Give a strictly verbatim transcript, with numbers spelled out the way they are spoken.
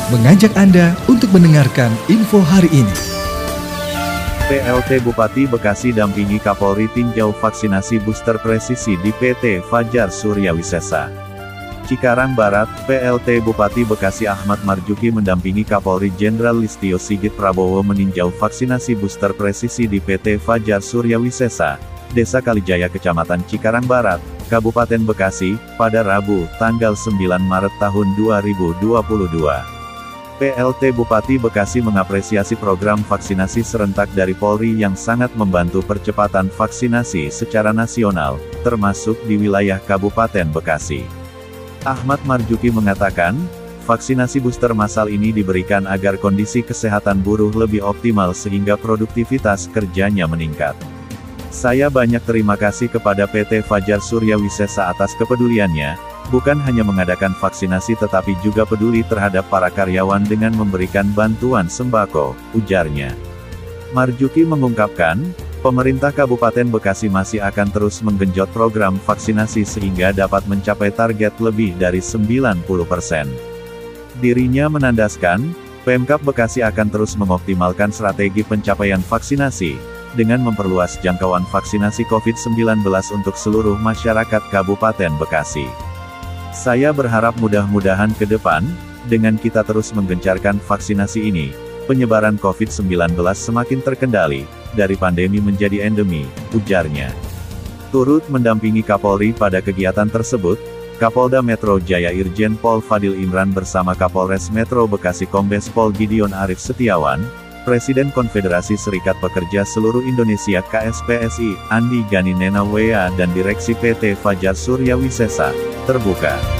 mengajak Anda untuk mendengarkan info hari ini. P L T Bupati Bekasi dampingi Kapolri tinjau vaksinasi booster presisi di P T Fajar Surya Wisesa. Cikarang Barat, P L T Bupati Bekasi Ahmad Marjuki mendampingi Kapolri Jenderal Listio Sigit Prabowo meninjau vaksinasi booster presisi di P T Fajar Surya Wisesa, Desa Kalijaya Kecamatan Cikarang Barat, Kabupaten Bekasi, pada Rabu, tanggal sembilan Maret tahun dua ribu dua puluh dua. P L T Bupati Bekasi mengapresiasi program vaksinasi serentak dari Polri yang sangat membantu percepatan vaksinasi secara nasional, termasuk di wilayah Kabupaten Bekasi. Ahmad Marjuki mengatakan, vaksinasi booster massal ini diberikan agar kondisi kesehatan buruh lebih optimal sehingga produktivitas kerjanya meningkat. Saya banyak terima kasih kepada P T Fajar Surya Wisesa atas kepeduliannya, bukan hanya mengadakan vaksinasi tetapi juga peduli terhadap para karyawan dengan memberikan bantuan sembako, ujarnya. Marjuki mengungkapkan, pemerintah Kabupaten Bekasi masih akan terus menggenjot program vaksinasi sehingga dapat mencapai target lebih dari sembilan puluh persen. Dirinya menandaskan, Pemkab Bekasi akan terus mengoptimalkan strategi pencapaian vaksinasi, dengan memperluas jangkauan vaksinasi COVID sembilan belas untuk seluruh masyarakat Kabupaten Bekasi. Saya berharap mudah-mudahan ke depan, dengan kita terus menggencarkan vaksinasi ini, penyebaran COVID sembilan belas semakin terkendali, dari pandemi menjadi endemi, ujarnya. Turut mendampingi Kapolri pada kegiatan tersebut, Kapolda Metro Jaya Irjen Pol Fadil Imran bersama Kapolres Metro Bekasi Kombes Pol Gideon Arif Setiawan, Presiden Konfederasi Serikat Pekerja Seluruh Indonesia K S P S I, Andi Gani Nenawea dan Direksi P T Fajar Surya Wisesa, terbuka.